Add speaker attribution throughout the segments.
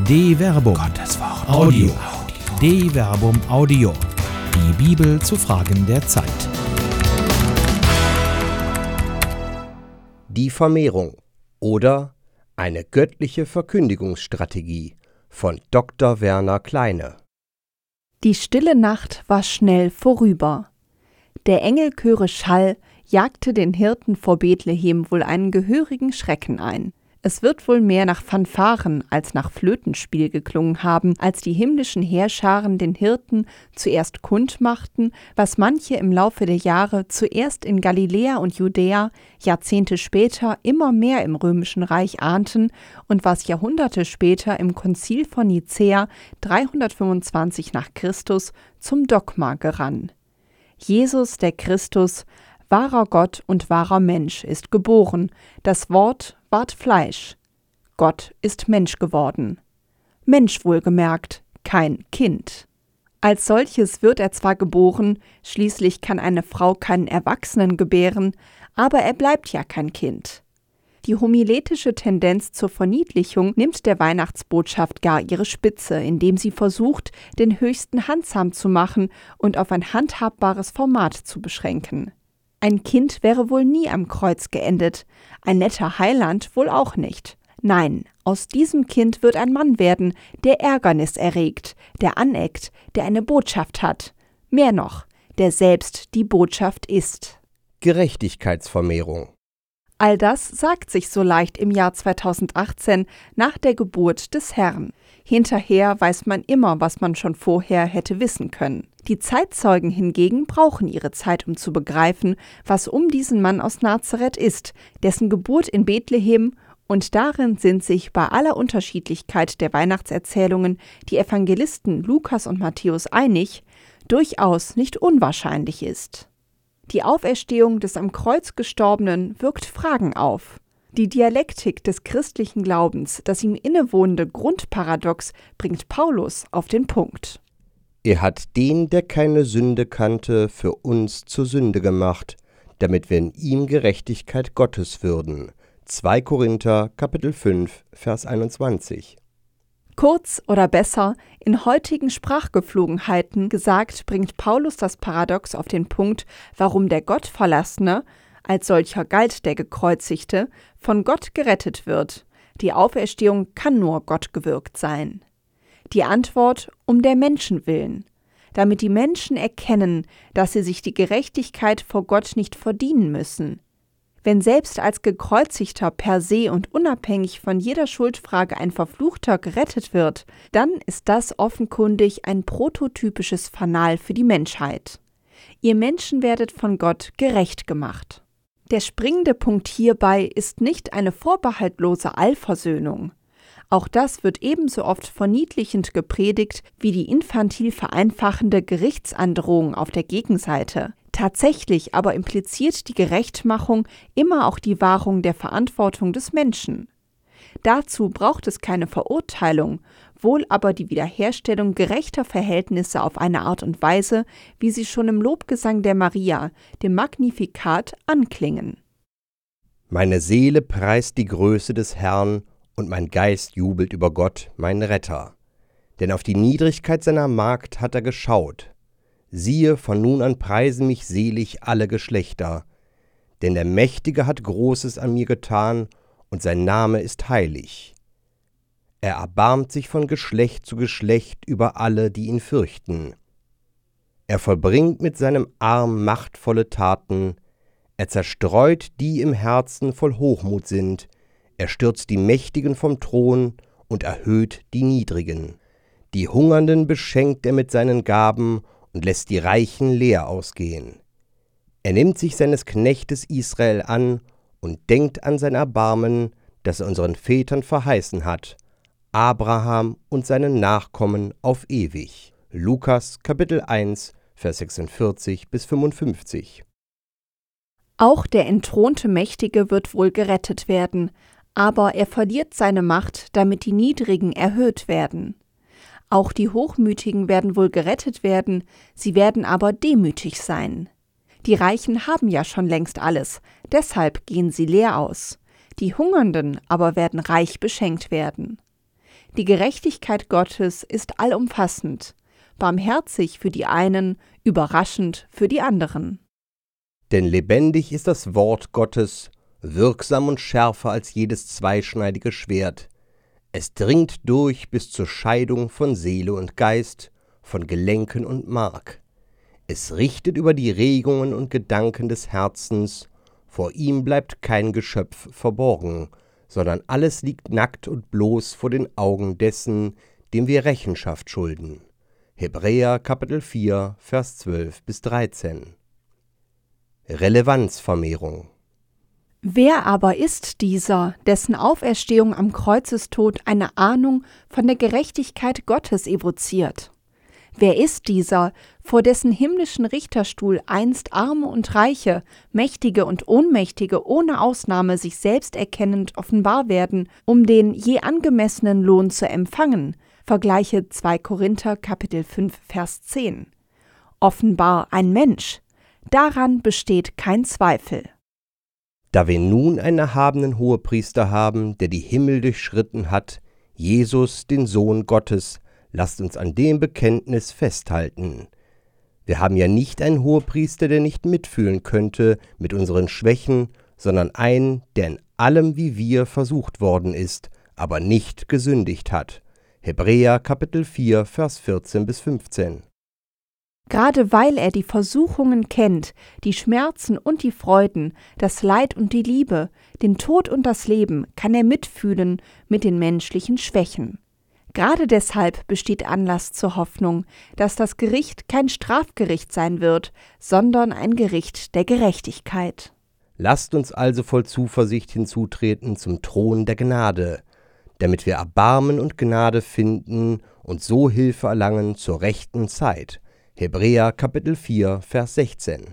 Speaker 1: De Verbum.
Speaker 2: Gottes Wort.
Speaker 1: Audio. De Verbum Audio. Die Bibel zu Fragen der Zeit.
Speaker 2: Die Vermehrung oder eine göttliche Verkündigungsstrategie von Dr. Werner Kleine.
Speaker 3: Die stille Nacht war schnell vorüber. Der Engelchöre Schall jagte den Hirten vor Bethlehem wohl einen gehörigen Schrecken ein. Es wird wohl mehr nach Fanfaren als nach Flötenspiel geklungen haben, als die himmlischen Heerscharen den Hirten zuerst kundmachten, was manche im Laufe der Jahre zuerst in Galiläa und Judäa, Jahrzehnte später immer mehr im Römischen Reich ahnten und was Jahrhunderte später im Konzil von Nicäa 325 nach Christus zum Dogma gerann. Jesus, der Christus, wahrer Gott und wahrer Mensch, ist geboren, das Wort ward Fleisch. Gott ist Mensch geworden. Mensch wohlgemerkt, kein Kind. Als solches wird er zwar geboren, schließlich kann eine Frau keinen Erwachsenen gebären, aber er bleibt ja kein Kind. Die homiletische Tendenz zur Verniedlichung nimmt der Weihnachtsbotschaft gar ihre Spitze, indem sie versucht, den Höchsten handsam zu machen und auf ein handhabbares Format zu beschränken. Ein Kind wäre wohl nie am Kreuz geendet, ein netter Heiland wohl auch nicht. Nein, aus diesem Kind wird ein Mann werden, der Ärgernis erregt, der aneckt, der eine Botschaft hat. Mehr noch, der selbst die Botschaft ist.
Speaker 2: Gerechtigkeitsvermehrung.
Speaker 3: All das sagt sich so leicht im Jahr 2018 nach der Geburt des Herrn. Hinterher weiß man immer, was man schon vorher hätte wissen können. Die Zeitzeugen hingegen brauchen ihre Zeit, um zu begreifen, was um diesen Mann aus Nazareth ist, dessen Geburt in Bethlehem, und darin sind sich bei aller Unterschiedlichkeit der Weihnachtserzählungen die Evangelisten Lukas und Matthäus einig, durchaus nicht unwahrscheinlich ist. Die Auferstehung des am Kreuz Gestorbenen wirkt Fragen auf. Die Dialektik des christlichen Glaubens, das ihm innewohnende Grundparadox, bringt Paulus auf den Punkt.
Speaker 2: Er hat den, der keine Sünde kannte, für uns zur Sünde gemacht, damit wir in ihm Gerechtigkeit Gottes würden. 2 Korinther, Kapitel 5, Vers 21.
Speaker 3: Kurz oder besser, in heutigen Sprachgeflogenheiten gesagt, bringt Paulus das Paradox auf den Punkt, warum der Gottverlassene, als solcher galt der Gekreuzigte, von Gott gerettet wird. Die Auferstehung kann nur Gott gewirkt sein. Die Antwort: um der Menschen willen, damit die Menschen erkennen, dass sie sich die Gerechtigkeit vor Gott nicht verdienen müssen. Wenn selbst als Gekreuzigter per se und unabhängig von jeder Schuldfrage ein Verfluchter gerettet wird, dann ist das offenkundig ein prototypisches Fanal für die Menschheit. Ihr Menschen werdet von Gott gerecht gemacht. Der springende Punkt hierbei ist nicht eine vorbehaltlose Allversöhnung. Auch das wird ebenso oft verniedlichend gepredigt wie die infantil vereinfachende Gerichtsandrohung auf der Gegenseite. Tatsächlich aber impliziert die Gerechtmachung immer auch die Wahrung der Verantwortung des Menschen. Dazu braucht es keine Verurteilung, wohl aber die Wiederherstellung gerechter Verhältnisse auf eine Art und Weise, wie sie schon im Lobgesang der Maria, dem Magnificat, anklingen.
Speaker 2: Meine Seele preist die Größe des Herrn, und mein Geist jubelt über Gott, mein Retter. Denn auf die Niedrigkeit seiner Magd hat er geschaut. Siehe, von nun an preisen mich selig alle Geschlechter. Denn der Mächtige hat Großes an mir getan, und sein Name ist heilig. Er erbarmt sich von Geschlecht zu Geschlecht über alle, die ihn fürchten. Er vollbringt mit seinem Arm machtvolle Taten. Er zerstreut die im Herzen voll Hochmut sind. Er stürzt die Mächtigen vom Thron und erhöht die Niedrigen. Die Hungernden beschenkt er mit seinen Gaben und lässt die Reichen leer ausgehen. Er nimmt sich seines Knechtes Israel an und denkt an sein Erbarmen, das er unseren Vätern verheißen hat, Abraham und seinen Nachkommen auf ewig. Lukas, Kapitel 1, Vers 46 bis 55.
Speaker 3: Auch der entthronte Mächtige wird wohl gerettet werden, aber er verliert seine Macht, damit die Niedrigen erhöht werden. Auch die Hochmütigen werden wohl gerettet werden, sie werden aber demütig sein. Die Reichen haben ja schon längst alles, deshalb gehen sie leer aus. Die Hungernden aber werden reich beschenkt werden. Die Gerechtigkeit Gottes ist allumfassend, barmherzig für die einen, überraschend für die anderen.
Speaker 2: Denn lebendig ist das Wort Gottes, wirksam und schärfer als jedes zweischneidige Schwert. Es dringt durch bis zur Scheidung von Seele und Geist, von Gelenken und Mark. Es richtet über die Regungen und Gedanken des Herzens, vor ihm bleibt kein Geschöpf verborgen, sondern alles liegt nackt und bloß vor den Augen dessen, dem wir Rechenschaft schulden. Hebräer Kapitel 4, Vers 12 bis 13. Relevanzvermehrung.
Speaker 3: Wer aber ist dieser, dessen Auferstehung am Kreuzestod eine Ahnung von der Gerechtigkeit Gottes evoziert? Wer ist dieser, vor dessen himmlischen Richterstuhl einst Arme und Reiche, Mächtige und Ohnmächtige ohne Ausnahme sich selbst erkennend offenbar werden, um den je angemessenen Lohn zu empfangen? Vergleiche 2 Korinther Kapitel 5, Vers 10. Offenbar ein Mensch. Daran besteht kein Zweifel.
Speaker 2: Da wir nun einen erhabenen Hohepriester haben, der die Himmel durchschritten hat, Jesus, den Sohn Gottes, lasst uns an dem Bekenntnis festhalten. Wir haben ja nicht einen Hohepriester, der nicht mitfühlen könnte mit unseren Schwächen, sondern einen, der in allem wie wir versucht worden ist, aber nicht gesündigt hat. Hebräer Kapitel 4, Vers 14 bis 15.
Speaker 3: Gerade weil er die Versuchungen kennt, die Schmerzen und die Freuden, das Leid und die Liebe, den Tod und das Leben, kann er mitfühlen mit den menschlichen Schwächen. Gerade deshalb besteht Anlass zur Hoffnung, dass das Gericht kein Strafgericht sein wird, sondern ein Gericht der Gerechtigkeit.
Speaker 2: Lasst uns also voll Zuversicht hinzutreten zum Thron der Gnade, damit wir Erbarmen und Gnade finden und so Hilfe erlangen zur rechten Zeit. Hebräer Kapitel 4, Vers 16.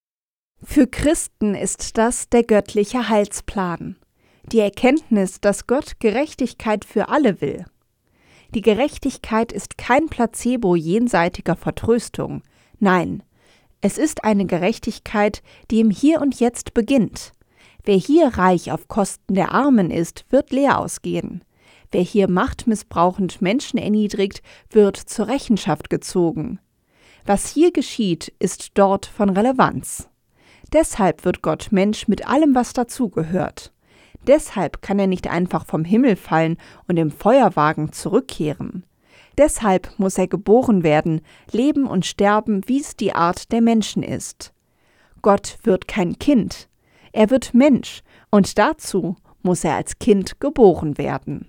Speaker 3: Für Christen ist das der göttliche Heilsplan, die Erkenntnis, dass Gott Gerechtigkeit für alle will. Die Gerechtigkeit ist kein Placebo jenseitiger Vertröstung. Nein, es ist eine Gerechtigkeit, die im Hier und Jetzt beginnt. Wer hier reich auf Kosten der Armen ist, wird leer ausgehen. Wer hier machtmissbrauchend Menschen erniedrigt, wird zur Rechenschaft gezogen. Was hier geschieht, ist dort von Relevanz. Deshalb wird Gott Mensch mit allem, was dazugehört. Deshalb kann er nicht einfach vom Himmel fallen und im Feuerwagen zurückkehren. Deshalb muss er geboren werden, leben und sterben, wie es die Art der Menschen ist. Gott wird kein Kind, er wird Mensch, und dazu muss er als Kind geboren werden.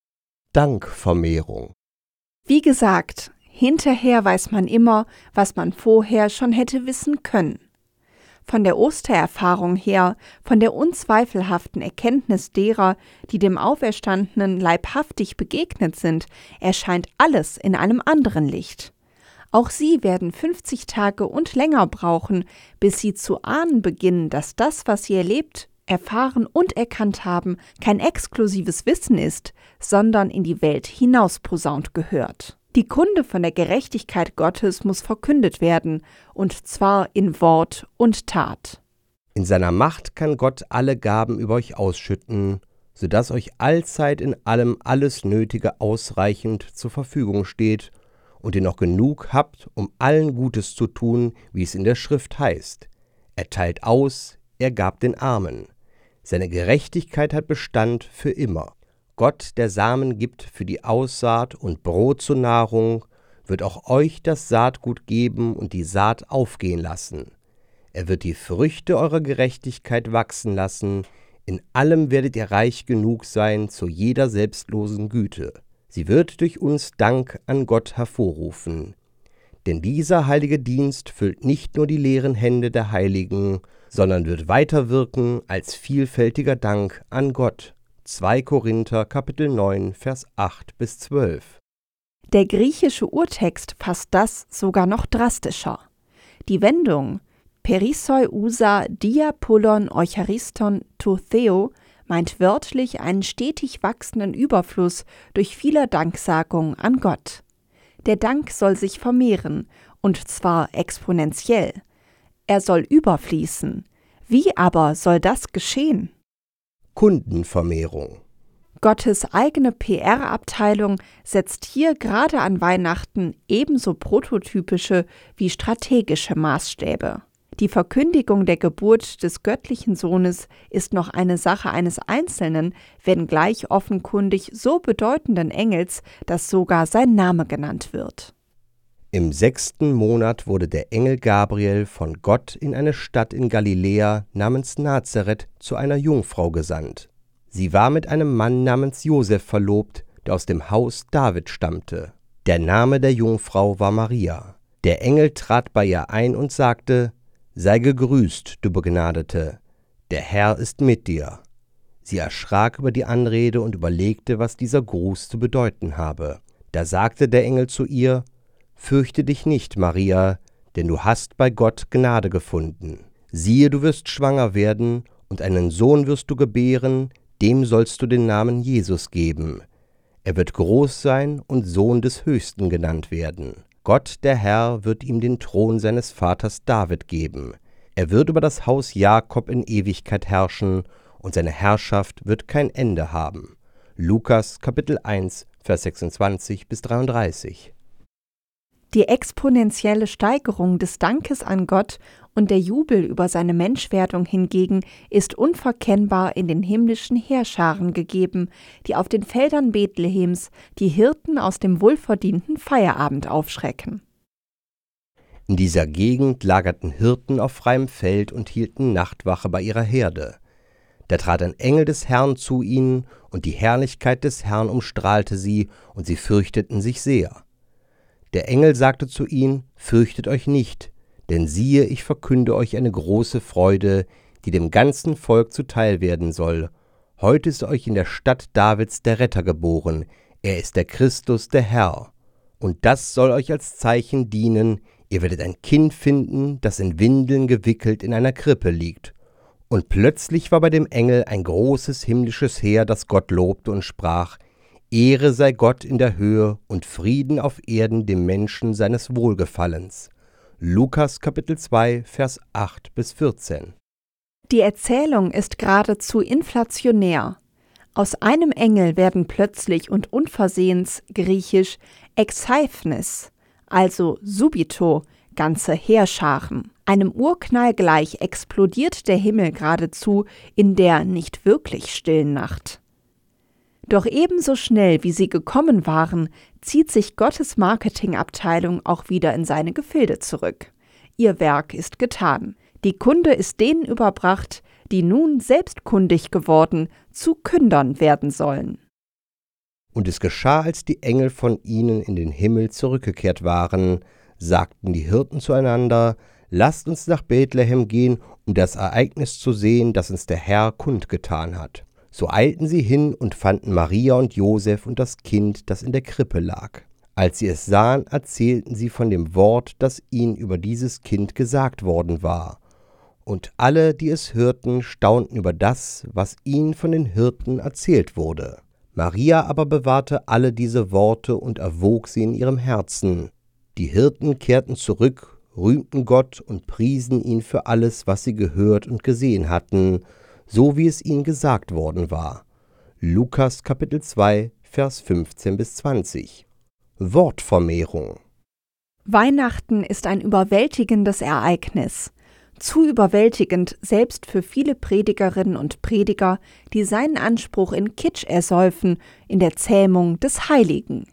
Speaker 2: Dankvermehrung.
Speaker 3: Wie gesagt, hinterher weiß man immer, was man vorher schon hätte wissen können. Von der Ostererfahrung her, von der unzweifelhaften Erkenntnis derer, die dem Auferstandenen leibhaftig begegnet sind, erscheint alles in einem anderen Licht. Auch sie werden 50 Tage und länger brauchen, bis sie zu ahnen beginnen, dass das, was sie erlebt, erfahren und erkannt haben, kein exklusives Wissen ist, sondern in die Welt hinausposaunt gehört. Die Kunde von der Gerechtigkeit Gottes muss verkündet werden, und zwar in Wort und Tat.
Speaker 2: In seiner Macht kann Gott alle Gaben über euch ausschütten, sodass euch allzeit in allem alles Nötige ausreichend zur Verfügung steht und ihr noch genug habt, um allen Gutes zu tun, wie es in der Schrift heißt. Er teilt aus, er gab den Armen. Seine Gerechtigkeit hat Bestand für immer. Gott, der Samen gibt für die Aussaat und Brot zur Nahrung, wird auch euch das Saatgut geben und die Saat aufgehen lassen. Er wird die Früchte eurer Gerechtigkeit wachsen lassen, in allem werdet ihr reich genug sein zu jeder selbstlosen Güte. Sie wird durch uns Dank an Gott hervorrufen. Denn dieser heilige Dienst füllt nicht nur die leeren Hände der Heiligen, sondern wird weiterwirken als vielfältiger Dank an Gott. 2 Korinther Kapitel 9, Vers 8 bis 12.
Speaker 3: Der griechische Urtext fasst das sogar noch drastischer. Die Wendung Perisoi usa diapollon euchariston to theo meint wörtlich einen stetig wachsenden Überfluss durch vieler Danksagung an Gott. Der Dank soll sich vermehren, und zwar exponentiell. Er soll überfließen. Wie aber soll das geschehen?
Speaker 2: Kundenvermehrung.
Speaker 3: Gottes eigene PR-Abteilung setzt hier gerade an Weihnachten ebenso prototypische wie strategische Maßstäbe. Die Verkündigung der Geburt des göttlichen Sohnes ist noch eine Sache eines einzelnen, wenngleich offenkundig so bedeutenden Engels, dass sogar sein Name genannt wird.
Speaker 2: Im 6. Monat wurde der Engel Gabriel von Gott in eine Stadt in Galiläa namens Nazareth zu einer Jungfrau gesandt. Sie war mit einem Mann namens Josef verlobt, der aus dem Haus David stammte. Der Name der Jungfrau war Maria. Der Engel trat bei ihr ein und sagte: »Sei gegrüßt, du Begnadete, der Herr ist mit dir.« Sie erschrak über die Anrede und überlegte, was dieser Gruß zu bedeuten habe. Da sagte der Engel zu ihr: »Fürchte dich nicht, Maria, denn du hast bei Gott Gnade gefunden. Siehe, du wirst schwanger werden, und einen Sohn wirst du gebären, dem sollst du den Namen Jesus geben. Er wird groß sein und Sohn des Höchsten genannt werden. Gott, der Herr, wird ihm den Thron seines Vaters David geben. Er wird über das Haus Jakob in Ewigkeit herrschen, und seine Herrschaft wird kein Ende haben.« Lukas Kapitel 1, Vers 26 bis 33.
Speaker 3: Die exponentielle Steigerung des Dankes an Gott und der Jubel über seine Menschwerdung hingegen ist unverkennbar in den himmlischen Heerscharen gegeben, die auf den Feldern Bethlehems die Hirten aus dem wohlverdienten Feierabend aufschrecken.
Speaker 2: In dieser Gegend lagerten Hirten auf freiem Feld und hielten Nachtwache bei ihrer Herde. Da trat ein Engel des Herrn zu ihnen, und die Herrlichkeit des Herrn umstrahlte sie, und sie fürchteten sich sehr. Der Engel sagte zu ihnen: »Fürchtet euch nicht, denn siehe, ich verkünde euch eine große Freude, die dem ganzen Volk zuteil werden soll. Heute ist euch in der Stadt Davids der Retter geboren, er ist der Christus, der Herr. Und das soll euch als Zeichen dienen: Ihr werdet ein Kind finden, das in Windeln gewickelt in einer Krippe liegt.« Und plötzlich war bei dem Engel ein großes himmlisches Heer, das Gott lobte und sprach: »Ehre sei Gott in der Höhe und Frieden auf Erden dem Menschen seines Wohlgefallens.« Lukas Kapitel 2, Vers 8 bis 14.
Speaker 3: Die Erzählung ist geradezu inflationär. Aus einem Engel werden plötzlich und unversehens, griechisch Exeifnis, also subito, ganze Heerscharen. Einem Urknall gleich explodiert der Himmel geradezu in der nicht wirklich stillen Nacht. Doch ebenso schnell, wie sie gekommen waren, zieht sich Gottes Marketingabteilung auch wieder in seine Gefilde zurück. Ihr Werk ist getan. Die Kunde ist denen überbracht, die nun selbstkundig geworden zu Kündern werden sollen.
Speaker 2: Und es geschah, als die Engel von ihnen in den Himmel zurückgekehrt waren, sagten die Hirten zueinander: »Lasst uns nach Bethlehem gehen, um das Ereignis zu sehen, das uns der Herr kundgetan hat.« So eilten sie hin und fanden Maria und Josef und das Kind, das in der Krippe lag. Als sie es sahen, erzählten sie von dem Wort, das ihnen über dieses Kind gesagt worden war. Und alle, die es hörten, staunten über das, was ihnen von den Hirten erzählt wurde. Maria aber bewahrte alle diese Worte und erwog sie in ihrem Herzen. Die Hirten kehrten zurück, rühmten Gott und priesen ihn für alles, was sie gehört und gesehen hatten, so wie es ihnen gesagt worden war. Lukas Kapitel 2, Vers 15 bis 20. Wortvermehrung.
Speaker 3: Weihnachten ist ein überwältigendes Ereignis. Zu überwältigend selbst für viele Predigerinnen und Prediger, die seinen Anspruch in Kitsch ersäufen, in der Zähmung des Heiligen.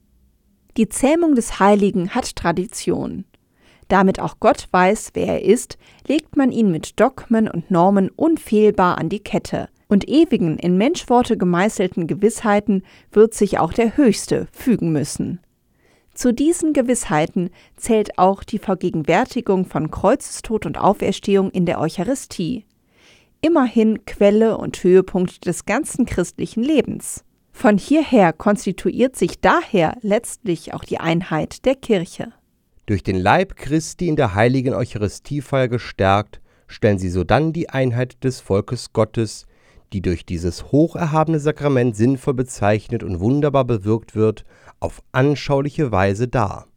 Speaker 3: Die Zähmung des Heiligen hat Tradition. Damit auch Gott weiß, wer er ist, legt man ihn mit Dogmen und Normen unfehlbar an die Kette. Und ewigen, in Menschworte gemeißelten Gewissheiten wird sich auch der Höchste fügen müssen. Zu diesen Gewissheiten zählt auch die Vergegenwärtigung von Kreuzestod und Auferstehung in der Eucharistie. Immerhin Quelle und Höhepunkt des ganzen christlichen Lebens. Von hierher konstituiert sich daher letztlich auch die Einheit der Kirche.
Speaker 2: Durch den Leib Christi in der heiligen Eucharistiefeier gestärkt, stellen sie sodann die Einheit des Volkes Gottes, die durch dieses hocherhabene Sakrament sinnvoll bezeichnet und wunderbar bewirkt wird, auf anschauliche Weise dar.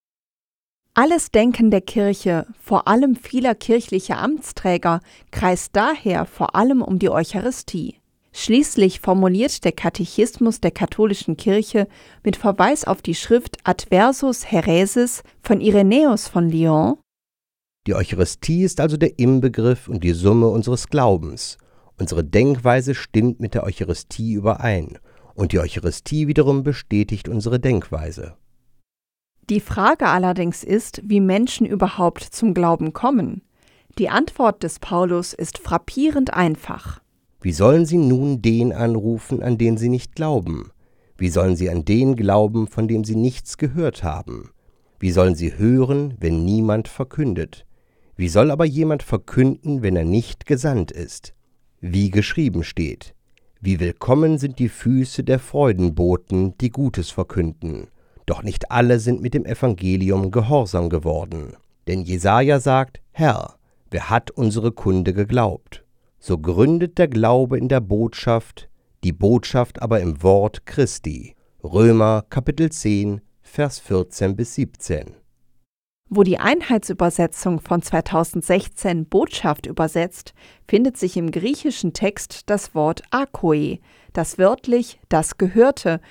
Speaker 3: Alles Denken der Kirche, vor allem vieler kirchlicher Amtsträger, kreist daher vor allem um die Eucharistie. Schließlich formuliert der Katechismus der katholischen Kirche mit Verweis auf die Schrift Adversus Häresis von Irenäus von Lyon:
Speaker 2: Die Eucharistie ist also der Inbegriff und die Summe unseres Glaubens. Unsere Denkweise stimmt mit der Eucharistie überein und die Eucharistie wiederum bestätigt unsere Denkweise.
Speaker 3: Die Frage allerdings ist, wie Menschen überhaupt zum Glauben kommen. Die Antwort des Paulus ist frappierend einfach.
Speaker 2: Wie sollen sie nun den anrufen, an den sie nicht glauben? Wie sollen sie an den glauben, von dem sie nichts gehört haben? Wie sollen sie hören, wenn niemand verkündet? Wie soll aber jemand verkünden, wenn er nicht gesandt ist? Wie geschrieben steht: Wie willkommen sind die Füße der Freudenboten, die Gutes verkünden. Doch nicht alle sind mit dem Evangelium gehorsam geworden. Denn Jesaja sagt: Herr, wer hat unsere Kunde geglaubt? So gründet der Glaube in der Botschaft, die Botschaft aber im Wort Christi. Römer Kapitel 10, Vers 14 bis 17.
Speaker 3: Wo die Einheitsübersetzung von 2016 Botschaft übersetzt, findet sich im griechischen Text das Wort akoi, das wörtlich das Gehörte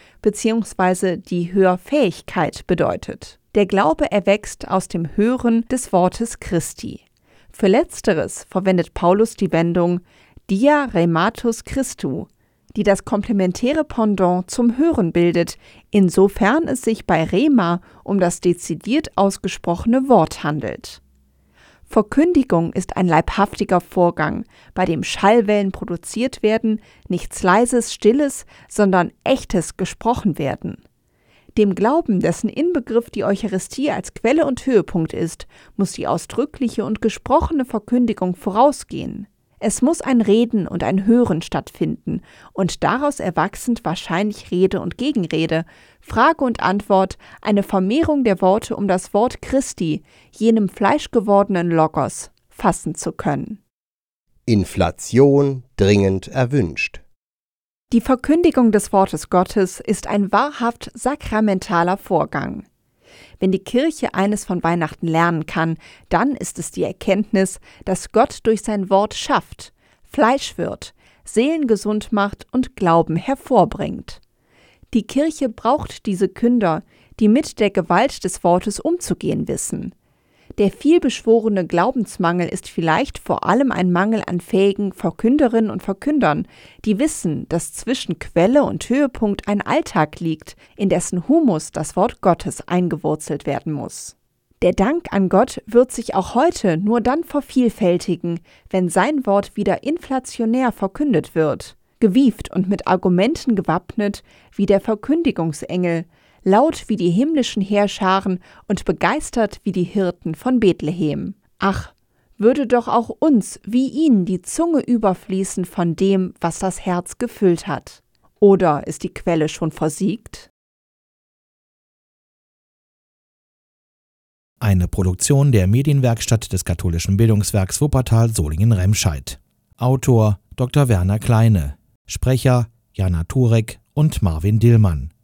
Speaker 3: bzw. die Hörfähigkeit bedeutet. Der Glaube erwächst aus dem Hören des Wortes Christi. Für Letzteres verwendet Paulus die Wendung dia rhematus Christu, die das komplementäre Pendant zum Hören bildet, insofern es sich bei Rhema um das dezidiert ausgesprochene Wort handelt. Verkündigung ist ein leibhaftiger Vorgang, bei dem Schallwellen produziert werden, nichts Leises, Stilles, sondern Echtes gesprochen werden. Dem Glauben, dessen Inbegriff die Eucharistie als Quelle und Höhepunkt ist, muss die ausdrückliche und gesprochene Verkündigung vorausgehen. Es muss ein Reden und ein Hören stattfinden und daraus erwachsend wahrscheinlich Rede und Gegenrede, Frage und Antwort, eine Vermehrung der Worte, um das Wort Christi, jenem fleischgewordenen Logos, fassen zu können.
Speaker 2: Inflation dringend erwünscht.
Speaker 3: Die Verkündigung des Wortes Gottes ist ein wahrhaft sakramentaler Vorgang. Wenn die Kirche eines von Weihnachten lernen kann, dann ist es die Erkenntnis, dass Gott durch sein Wort schafft, Fleisch wird, Seelen gesund macht und Glauben hervorbringt. Die Kirche braucht diese Künder, die mit der Gewalt des Wortes umzugehen wissen. Der vielbeschworene Glaubensmangel ist vielleicht vor allem ein Mangel an fähigen Verkünderinnen und Verkündern, die wissen, dass zwischen Quelle und Höhepunkt ein Alltag liegt, in dessen Humus das Wort Gottes eingewurzelt werden muss. Der Dank an Gott wird sich auch heute nur dann vervielfältigen, wenn sein Wort wieder inflationär verkündet wird, gewieft und mit Argumenten gewappnet wie der Verkündigungsengel, laut wie die himmlischen Heerscharen und begeistert wie die Hirten von Bethlehem. Ach, würde doch auch uns wie ihnen die Zunge überfließen von dem, was das Herz gefüllt hat. Oder ist die Quelle schon versiegt?
Speaker 1: Eine Produktion der Medienwerkstatt des katholischen Bildungswerks Wuppertal Solingen-Remscheid. Autor Dr. Werner Kleine. Sprecher Jana Turek und Marvin Dillmann.